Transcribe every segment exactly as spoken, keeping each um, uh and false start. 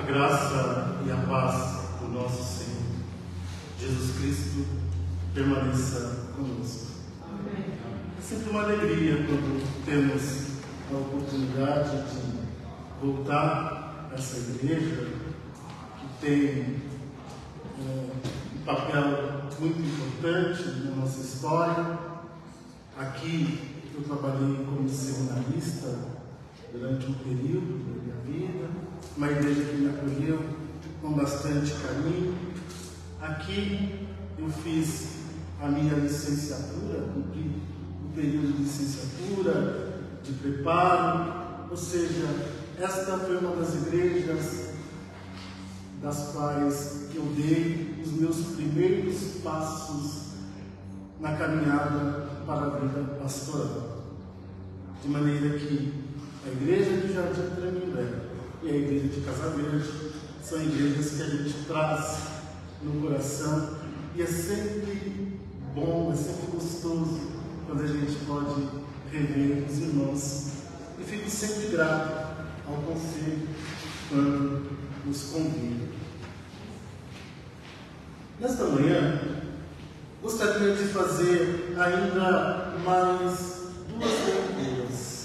graça e a paz do nosso Senhor Jesus Cristo permaneça conosco. Amém. É sempre uma alegria quando temos a oportunidade de voltar a essa igreja que tem é, um papel muito importante na nossa história. Aqui eu trabalhei como seminarista durante um período da minha vida, uma igreja que me acolheu com bastante carinho. Aqui eu fiz a minha licenciatura, cumpri o período de licenciatura, de preparo, ou seja, esta foi uma das igrejas das quais eu dei os meus primeiros passos na caminhada para a vida pastoral. De maneira que a igreja de Jardim Tremembé e a igreja de Casa Verde são igrejas que a gente traz no coração, e é sempre bom, é sempre gostoso quando a gente pode rever os irmãos, e fico sempre grato ao conselho quando nos convida. Nesta manhã gostaria de fazer ainda mais duas leituras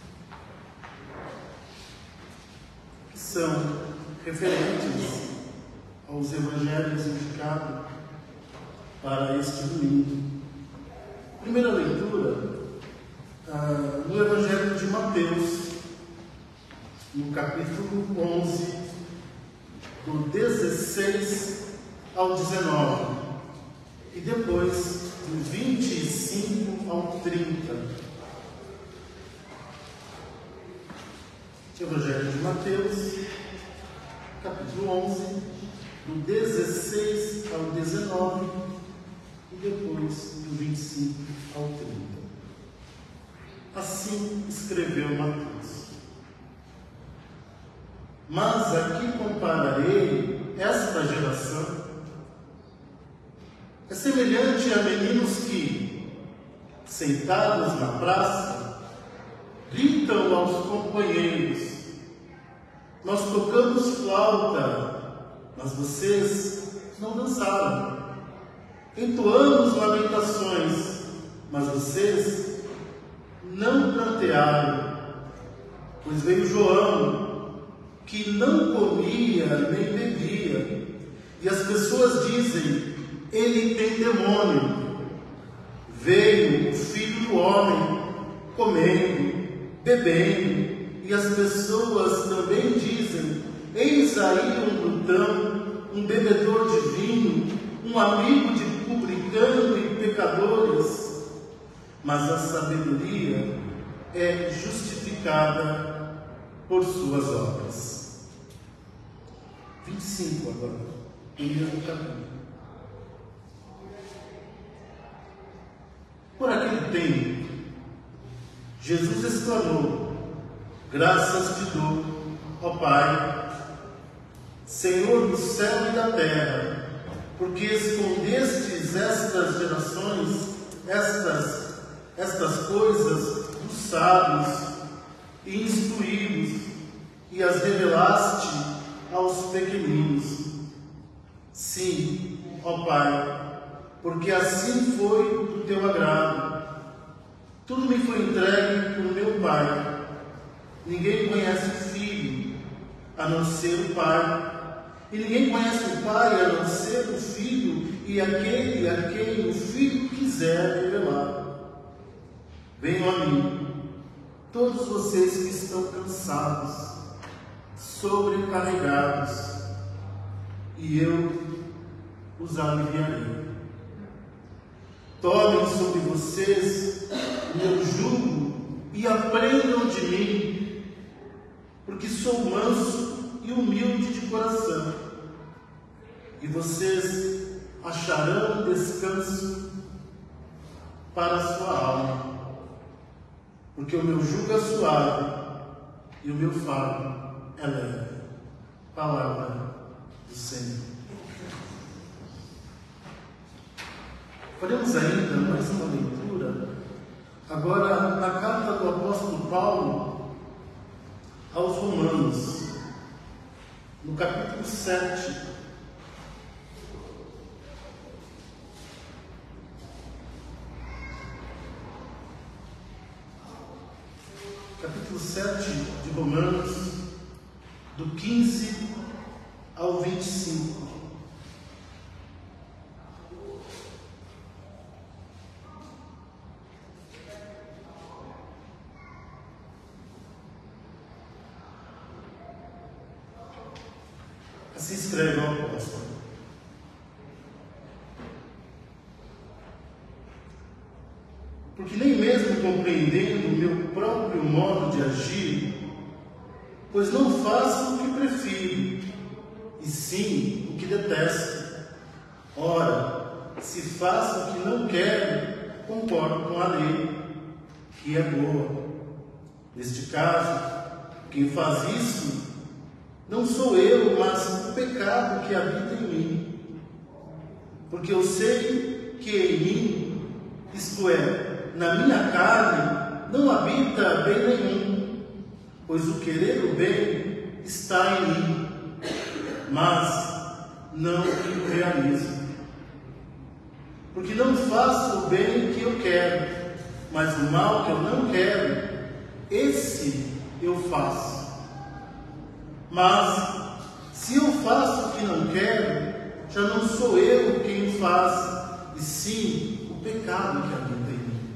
que são referentes aos evangelhos indicados para este domingo. Primeira leitura, ah, no Evangelho de Mateus, no capítulo onze, do dezesseis ao dezenove, e depois do vinte e cinco ao trinta. Evangelho de Mateus, capítulo onze, do dezesseis ao dezenove, e depois do vinte e cinco ao trinta. Assim escreveu Mateus. Mas aqui compararei esta geração. É semelhante a meninos que, sentados na praça, gritam aos companheiros: nós tocamos flauta, mas vocês não dançaram. Entoamos lamentações, mas vocês não prantearam. Pois veio João, que não comia nem bebia, e as pessoas dizem: ele tem demônio. Veio o Filho do Homem, comendo, bebendo, e as pessoas também dizem: eis aí um glutão, um bebedor de vinho, um amigo de publicano e pecadores. Mas a sabedoria é justificada por suas obras. vinte e cinco agora, no mesmo capítulo. Por aquele tempo, Jesus exclamou: graças te dou, ó Pai, Senhor do céu e da terra, porque escondestes estas gerações, estas, estas coisas dos sábios e instruídos, e as revelaste aos pequeninos. Sim, ó Pai, porque assim foi do teu agrado. Tudo me foi entregue por meu Pai. Ninguém conhece o Filho, a não ser o Pai. E ninguém conhece o Pai, a não ser o Filho, e aquele a quem o Filho quiser revelar. Venham a mim, todos vocês que estão cansados, sobrecarregados, e eu os aliviarei. Tomem sobre vocês o meu jugo e aprendam de mim, porque sou manso e humilde de coração, e vocês acharão descanso para a sua alma, porque o meu jugo é suave e o meu fardo é leve. Palavra do Senhor. Faremos ainda mais uma leitura, agora na carta do apóstolo Paulo aos Romanos, no capítulo sete. Capítulo sete de Romanos, do quinze ao vinte e cinco. Assim escreve o apóstolo: porque nem mesmo compreendendo o meu próprio modo de agir, pois não faço o que prefiro, e sim o que detesto. Ora, se faço o que não quero, concordo com a lei, que é boa. Neste caso, quem faz isso não sou eu, mas o pecado que habita em mim. Porque eu sei que em mim, isto é, na minha carne, não habita bem nenhum, pois o querer o bem está em mim, mas não o realizo. Porque não faço o bem que eu quero, mas o mal que eu não quero, esse eu faço. Mas, se eu faço o que não quero, já não sou eu quem o faz, e sim o pecado que habita em mim.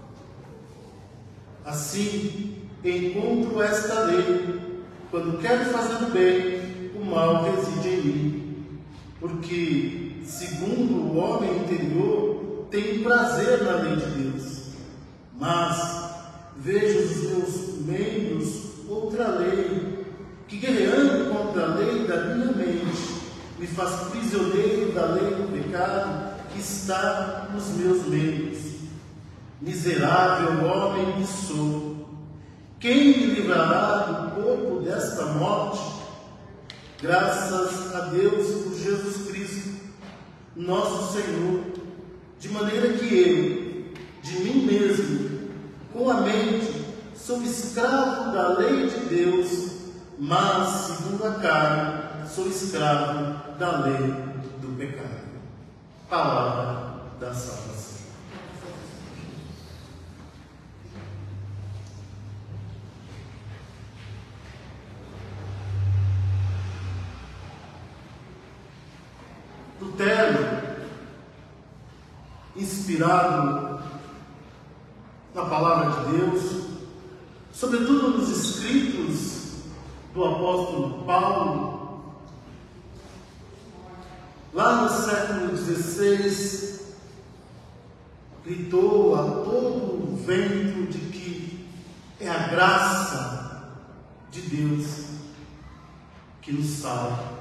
Assim, encontro esta lei: quando quero fazer o bem, o mal reside em mim. Porque, segundo o homem interior, tenho prazer na lei de Deus. Mas vejo os meus membros outra lei, que guerreando contra a lei da minha mente, me faz prisioneiro da lei do pecado que está nos meus membros. Miserável homem que sou, quem me livrará do corpo desta morte? Graças a Deus por Jesus Cristo, nosso Senhor, de maneira que eu, de mim mesmo, com a mente, sou escravo da lei de Deus, mas, segundo a carne, sou escravo da lei do pecado. Palavra da salvação. Lutero, inspirado na palavra de Deus, sobretudo nos escritos do apóstolo Paulo, lá no século dezesseis, gritou a todo o vento de que é a graça de Deus que nos salva.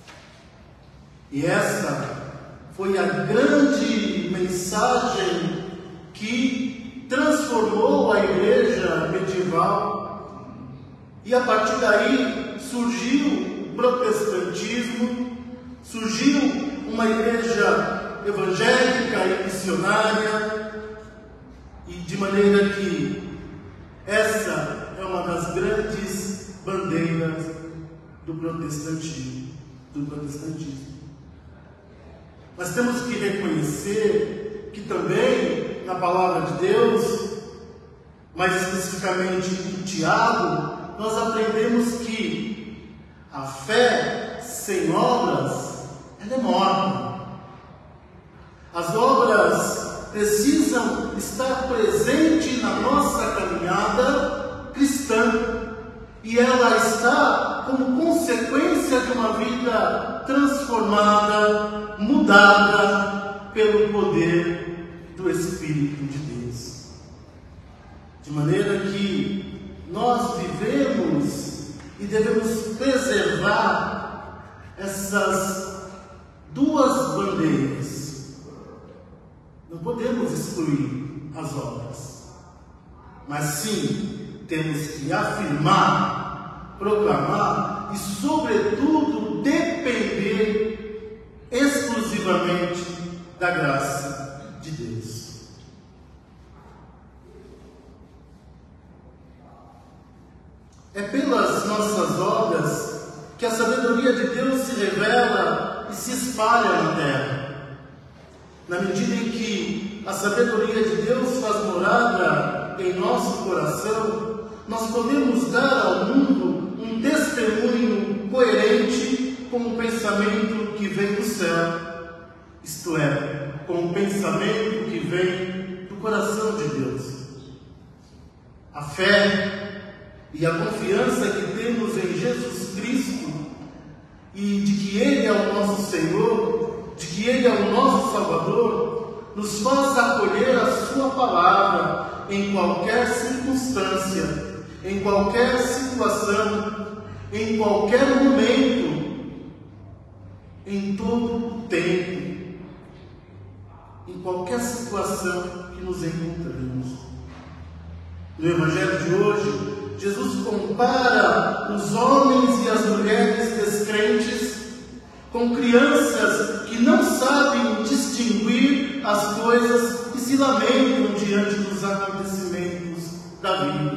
E essa foi a grande mensagem que transformou a igreja medieval. E a partir daí surgiu o protestantismo, surgiu uma igreja evangélica e missionária, e de maneira que essa é uma das grandes bandeiras do protestantismo, do protestantismo. Mas temos que reconhecer que também na palavra de Deus, mais especificamente em Tiago, nós aprendemos que a fé sem obras, ela é morta. As obras precisam estar presentes na nossa caminhada cristã, e ela está como consequência de uma vida transformada, mudada pelo poder do Espírito de Deus. De maneira que nós vivemos e devemos preservar essas duas bandeiras. Não podemos excluir as obras, mas sim temos que afirmar, proclamar e, sobretudo, depender exclusivamente da graça de Deus. É pelas nossas obras que a sabedoria de Deus se revela e se espalha na terra. Na medida em que a sabedoria de Deus faz morada em nosso coração, nós podemos dar ao mundo um testemunho coerente com o pensamento que vem do céu, isto é, com o pensamento que vem do coração de Deus. A fé e a confiança que temos em Jesus Cristo e de que Ele é o nosso Senhor, de que Ele é o nosso Salvador, nos faz acolher a Sua palavra em qualquer circunstância, em qualquer situação, em qualquer momento, em todo o tempo, em qualquer situação que nos encontremos. No Evangelho de hoje, Jesus compara os homens e as mulheres descrentes com crianças que não sabem distinguir as coisas e se lamentam diante dos acontecimentos da vida.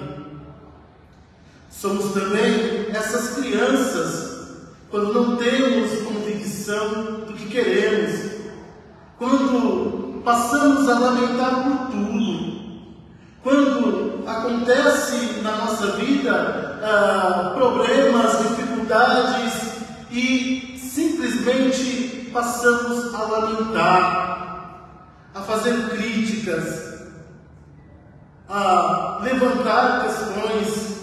Somos também essas crianças quando não temos convicção do que queremos, quando passamos a lamentar por tudo, quando acontece na nossa vida ah, problemas, dificuldades e simplesmente passamos a lamentar, a fazer críticas, a levantar questões.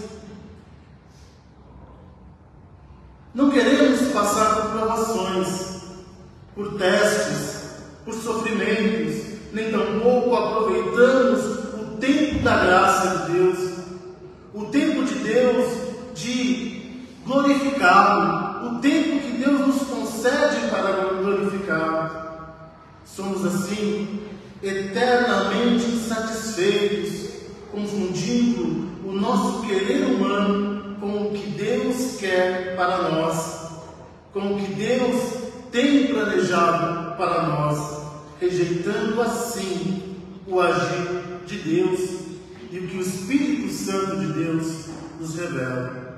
Não queremos passar por provações, por testes, por sofrimentos, nem tampouco aproveitamos o tempo da graça de Deus, o tempo de Deus de glorificá-lo, o tempo que Deus nos concede para glorificá-lo. Somos assim eternamente insatisfeitos, confundindo o nosso querer humano com o que Deus quer para nós, com o que Deus tem planejado para nós, rejeitando assim o agir de Deus e o que o Espírito Santo de Deus nos revela.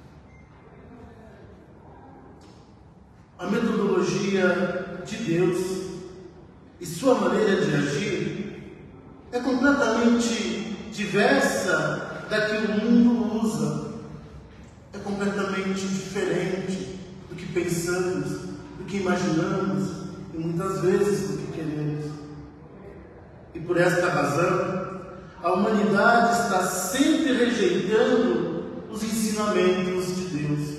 A metodologia de Deus e sua maneira de agir é completamente diversa da que o mundo usa, é completamente diferente do que pensamos, do que imaginamos e muitas vezes do que queremos. E por esta razão, a humanidade está sempre rejeitando os ensinamentos de Deus.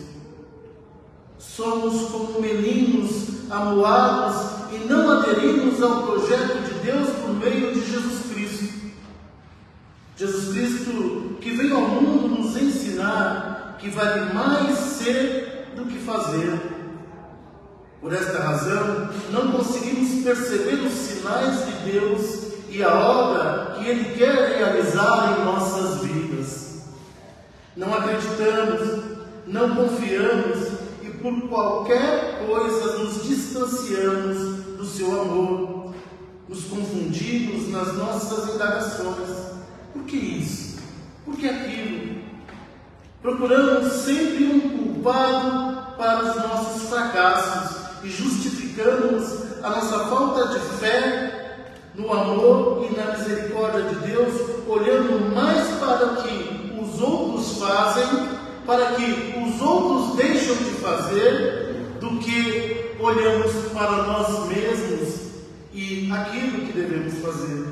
Somos como meninos amuados e não aderimos ao projeto de Deus por meio de Jesus Cristo. Jesus Cristo que veio ao mundo nos ensinar que vale mais ser do que fazer. Por esta razão, não conseguimos perceber os sinais de Deus e a obra que Ele quer realizar em nossas vidas. Não acreditamos, não confiamos e por qualquer coisa nos distanciamos do seu amor, nos confundimos nas nossas indagações. Por que isso? Por que aquilo? Procuramos sempre um culpado para os nossos fracassos e justificamos a nossa falta de fé no amor e na misericórdia de Deus, olhando mais para o que os outros fazem, para que os outros deixam de fazer, do que olhamos para nós mesmos e aquilo que devemos fazer.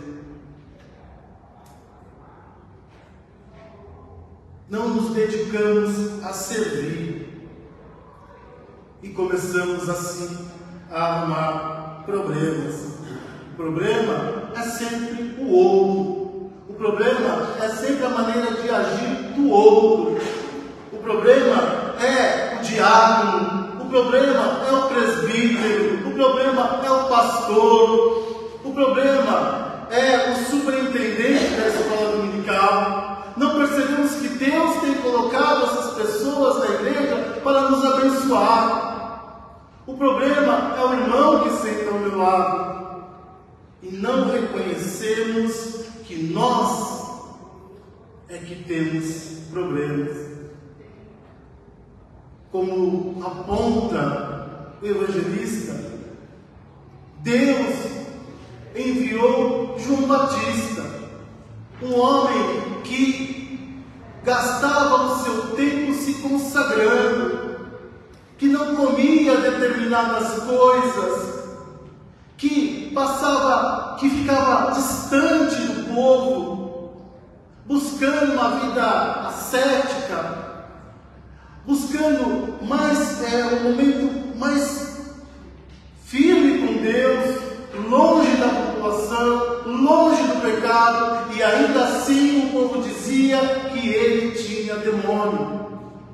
Não nos dedicamos a servir e começamos assim a arrumar problemas. O problema é sempre o outro. O problema é sempre a maneira de agir do outro. O problema é o diácono. O problema é o presbítero. O problema é o pastor. O problema é o superintendente da escola dominical. Não percebemos que Deus tem colocado essas pessoas na igreja para nos abençoar. O problema é o irmão que senta ao meu lado. E não reconhecemos que nós é que temos problemas. como aponta o evangelista, Deus enviou João Batista, um homem que gastava o seu tempo se consagrando, que não comia determinadas coisas, que passava, que ficava distante do povo, buscando uma vida ascética, buscando mais, é, um momento mais firme com Deus, longe da população, longe do pecado, e ainda assim o povo dizia que ele tinha demônio.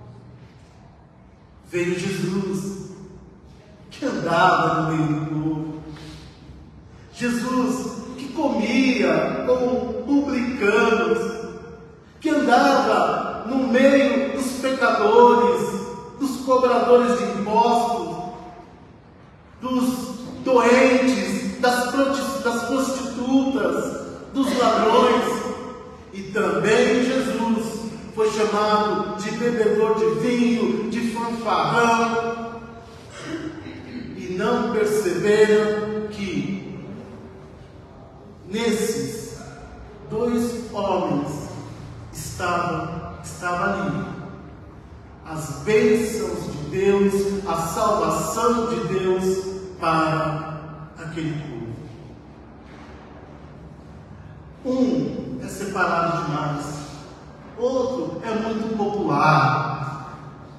Veio Jesus, que andava no meio do povo, Jesus que comia com publicanos, que andava no meio dos pecadores, dos cobradores de impostos, dos doentes, das prostitutas, dos ladrões. E também Jesus foi chamado de bebedor de vinho, de fanfarrão, e não perceberam que nesses dois homens estava, estava ali as bênçãos de Deus, a salvação de Deus para aquele povo. Um é separado demais, outro é muito popular,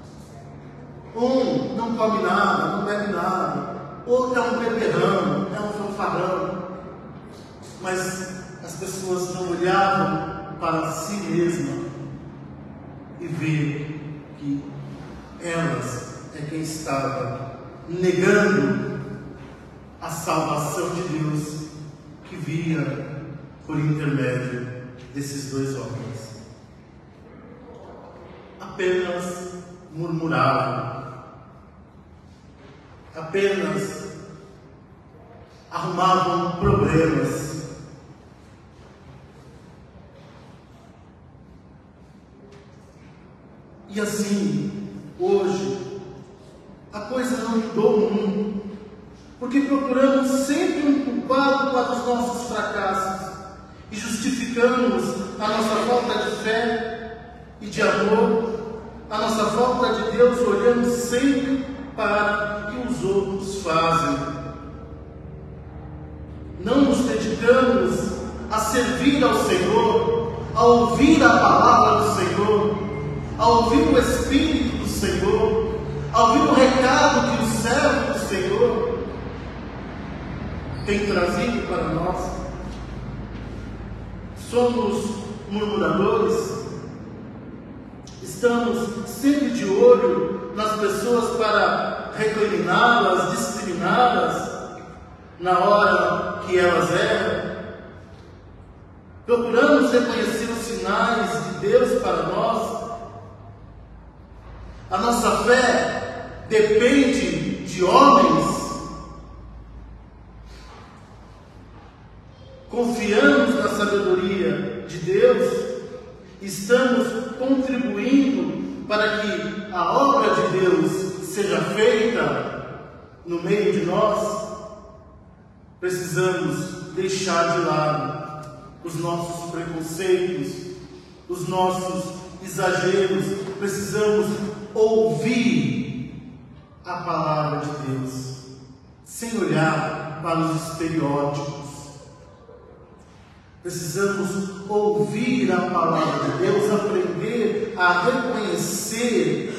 um não come nada, não bebe nada, outro é um beberrão, é um fanfarrão, mas as pessoas não olhavam para si mesmas e ver que elas é quem estava negando a salvação de Deus que via por intermédio desses dois homens. Apenas murmuravam, apenas arrumavam problemas. E assim, hoje, a coisa não mudou muito, porque procuramos sempre um culpado para os nossos fracassos e justificamos a nossa falta de fé e de amor, a nossa falta de Deus, olhando sempre para o que os outros fazem. Não nos dedicamos a servir ao Senhor, a ouvir a palavra do Senhor, a ouvir o Espírito do Senhor, a ouvir o recado que o servo do Senhor tem trazido para nós. Somos murmuradores, estamos sempre de olho nas pessoas para recriminá-las, discriminá-las na hora que elas erram. Procuramos reconhecer os sinais de Deus para nós. A nossa fé depende de homens. Confiamos na sabedoria de Deus. Estamos contribuindo para que a obra de Deus seja feita no meio de nós. Precisamos deixar de lado os nossos preconceitos, os nossos exageros. Precisamos ouvir a palavra de Deus, sem olhar para os estereótipos. Precisamos ouvir a palavra de Deus, aprender a reconhecer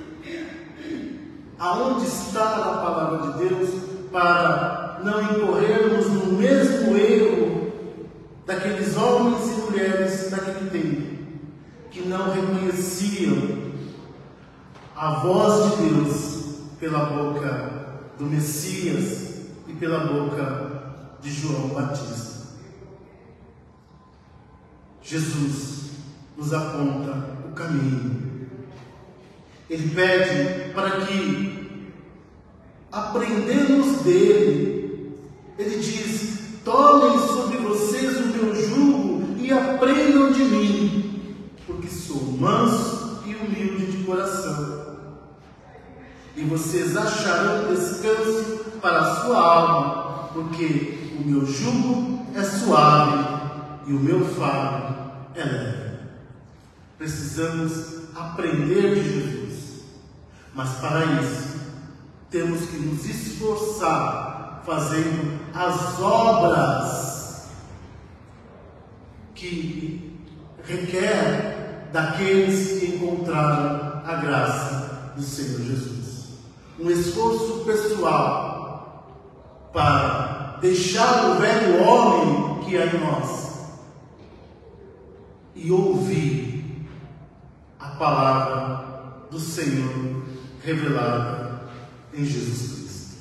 aonde está a palavra de Deus, para não incorrermos no mesmo erro daqueles homens e mulheres daquele tempo, que não reconheciam a voz de Deus pela boca do Messias e pela boca de João Batista. Jesus nos aponta o caminho. Ele pede para que aprendamos dele. Ele diz: tomem sobre vocês o meu jugo e aprendam de mim, porque sou manso e humilde de coração. e vocês acharão descanso para a sua alma, porque o meu jugo é suave e o meu fardo é leve. Precisamos aprender de Jesus, mas para isso temos que nos esforçar fazendo as obras que requer daqueles que encontraram a graça do Senhor Jesus. Um esforço pessoal para deixar o velho homem que é em nós e ouvir a palavra do Senhor revelada em Jesus Cristo.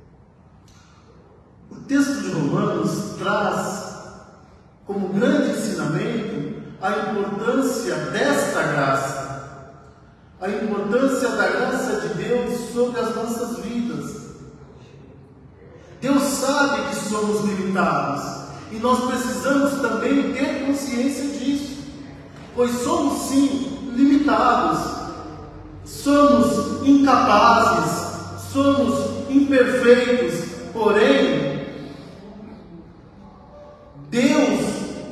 O texto de Romanos traz como grande ensinamento a importância desta graça, a importância da graça de Deus sobre as nossas vidas. Deus sabe que somos limitados e nós precisamos também ter consciência disso, pois somos sim limitados, somos incapazes, somos imperfeitos, porém Deus,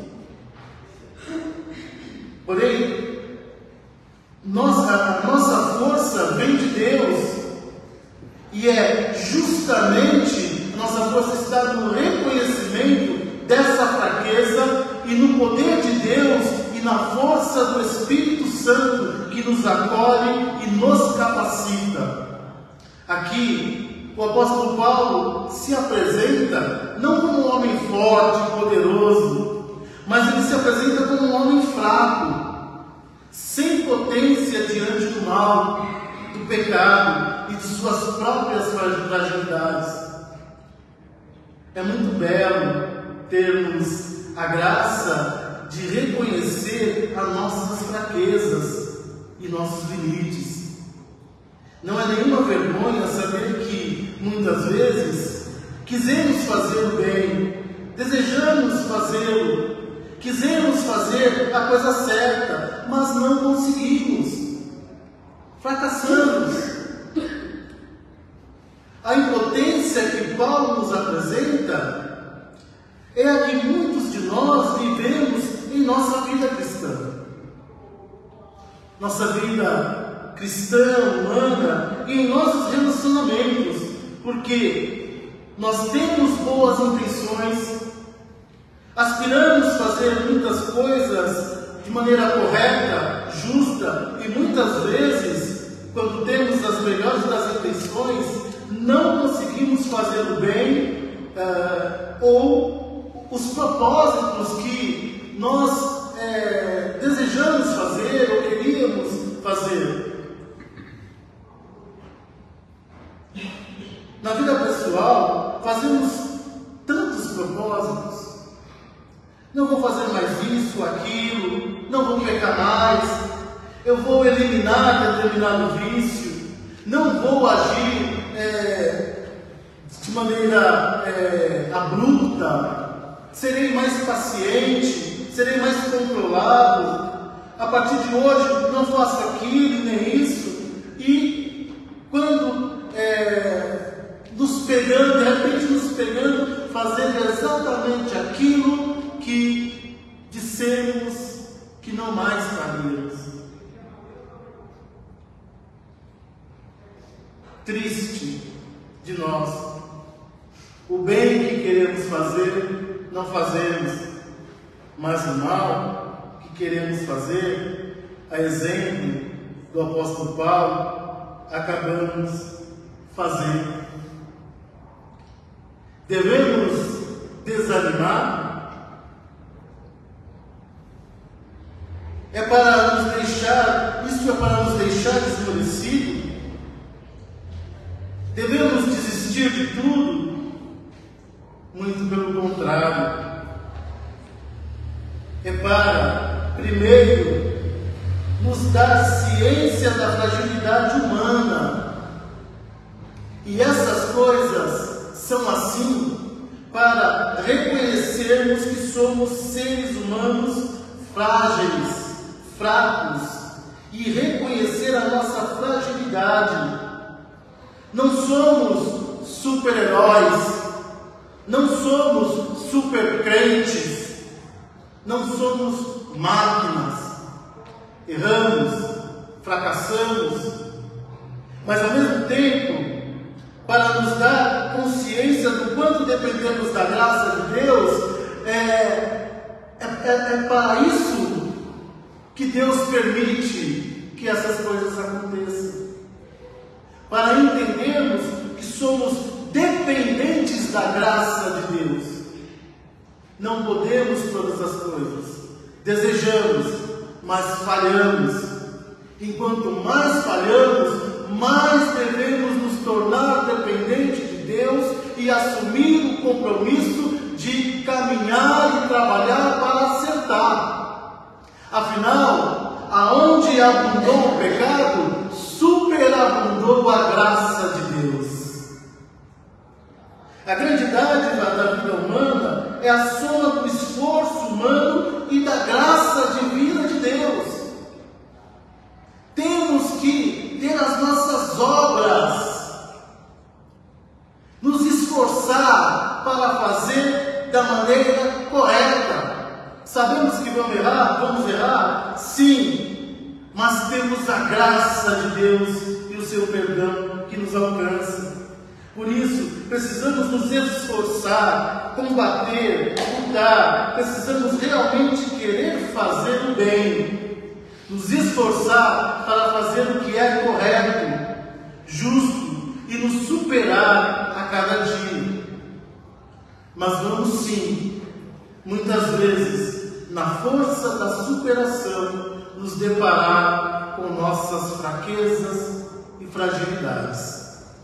porém nossa, a nossa força vem de Deus, e é justamente nossa força está no reconhecimento dessa fraqueza e no poder de Deus e na força do Espírito Santo que nos acolhe e nos capacita. Aqui, o apóstolo Paulo se apresenta não como um homem forte, poderoso, mas ele se apresenta como um homem fraco, sem potência diante do mal, do pecado e de suas próprias fragilidades. É muito belo termos a graça de reconhecer as nossas fraquezas e nossos limites. Não é nenhuma vergonha saber que, muitas vezes, quisemos fazer o bem, desejamos fazê-lo, quisemos fazer a coisa certa, mas não conseguimos, fracassamos. A impotência que Paulo nos apresenta é a que muitos de nós vivemos em nossa vida cristã. Nossa vida cristã, humana e em nossos relacionamentos, porque nós temos boas intenções, aspiramos fazer muitas coisas de maneira correta, justa, e muitas vezes, quando temos as melhores das intenções, não conseguimos fazer o bem uh, ou os propósitos que nós é, desejamos fazer ou queríamos fazer. Na vida pessoal, fazemos tantos propósitos. Não vou fazer mais isso, aquilo, não vou pecar mais, eu vou eliminar determinado vício, não vou agir é, de maneira é, abrupta, serei mais paciente, serei mais controlado, a partir de hoje não faço aquilo nem isso, e quando é, nos pegando, de repente nos pegando, fazendo exatamente aquilo que dissemos que não mais faríamos. Triste de nós, o bem que queremos fazer, não fazemos, mas o mal que queremos fazer, a exemplo do apóstolo Paulo, acabamos fazendo. Devemos desanimar? É para nos deixar, isso é para nos deixar desmorecidos? Devemos desistir de tudo? Muito pelo contrário. É para, primeiro, nos dar ciência da fragilidade humana. E essas coisas são assim para reconhecermos que somos seres humanos frágeis, fracos, e reconhecer a nossa fragilidade. Não somos super-heróis, não somos super-crentes, não somos máquinas. Erramos, fracassamos, mas ao mesmo tempo, para nos dar consciência do quanto dependemos da graça de Deus, é, é, é, é para isso que Deus permite que essas coisas aconteçam. Para entendermos que somos dependentes da graça de Deus. Não podemos todas as coisas. Desejamos, mas falhamos. Enquanto mais falhamos, mais devemos nos tornar dependentes de Deus e assumir o compromisso de caminhar e trabalhar para acertar. Afinal, aonde abundou o pecado, superabundou a graça de Deus. A grande dádiva da vida humana é a soma do esforço humano e da graça divina de Deus. Temos que ter as nossas obras, nos esforçar para fazer da maneira correta. Sabemos que vamos errar, vamos errar, sim, mas temos a graça de Deus e o seu perdão que nos alcança. Por isso, precisamos nos esforçar, combater, lutar, precisamos realmente querer fazer o bem. Nos esforçar para fazer o que é correto, justo e nos superar a cada dia. Mas vamos sim, muitas vezes, na força da superação, nos deparar com nossas fraquezas e fragilidades.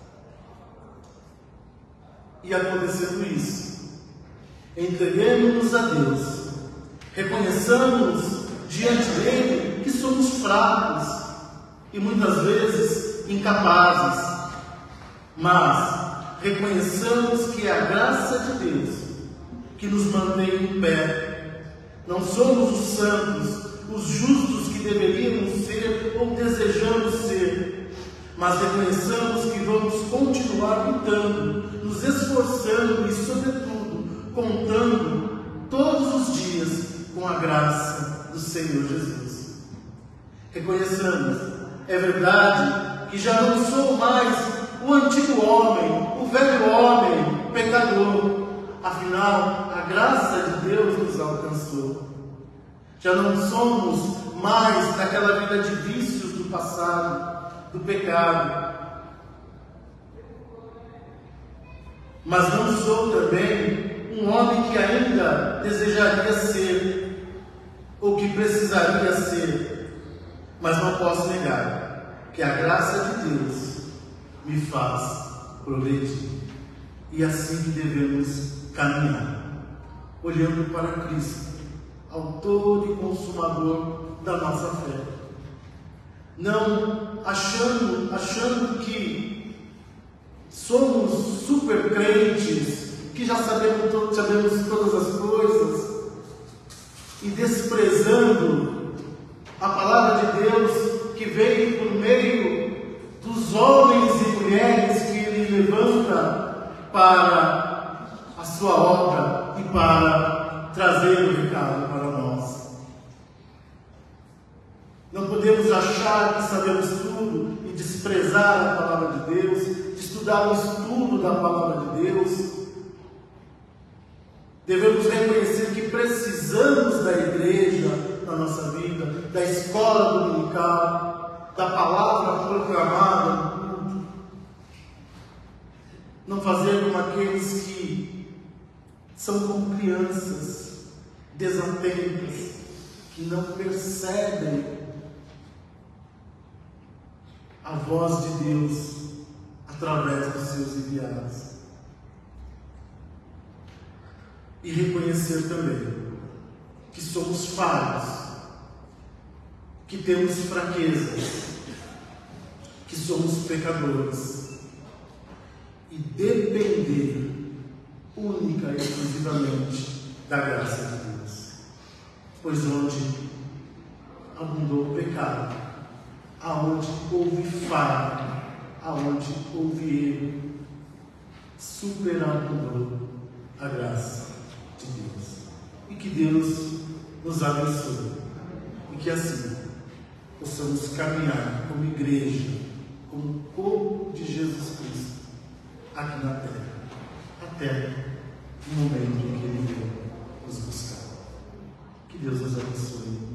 E acontecendo isso, entreguemos-nos a Deus, reconheçamos diante dele que somos fracos e muitas vezes incapazes, mas reconheçamos que é a graça de Deus que nos mantém em pé. Não somos os santos, os justos que deveríamos ser ou desejamos ser, mas reconheçamos que vamos continuar lutando, nos esforçando e, sobretudo, contando todos os dias com a graça do Senhor Jesus. Reconheçamos, é verdade, que já não sou mais o antigo homem, o velho homem, pecador. Afinal, a graça de Deus nos alcançou. Já não somos mais daquela vida de vícios do passado, do pecado. Mas não sou também um homem que ainda desejaria ser, ou que precisaria ser, mas não posso negar que a graça de Deus me faz progredir. E assim que devemos caminhar, olhando para Cristo, autor e consumador da nossa fé. Não achando, achando que somos super crentes, que já sabemos, to- sabemos todas as coisas, e desprezando a palavra de Deus que veio por meio dos homens e mulheres que Ele levanta para a sua obra e para trazer o recado para nós. Não podemos achar que sabemos tudo e desprezar a palavra de Deus, estudar o estudo da palavra de Deus. Devemos reconhecer que precisamos da igreja na nossa vida, da escola dominical, da palavra proclamada no culto. Não fazer como aqueles que são como crianças desatentas, que não percebem a voz de Deus através dos seus enviados. E reconhecer também que somos falhos, que temos fraquezas, que somos pecadores, e depender única e exclusivamente da graça de Deus. Pois onde abundou o pecado, aonde houve falha, aonde houve erro, superando a graça de Deus. E que Deus nos abençoe. E que assim possamos caminhar como igreja, como povo de Jesus Cristo, aqui na terra, até o momento em que Ele veio nos buscar. Que Deus nos abençoe.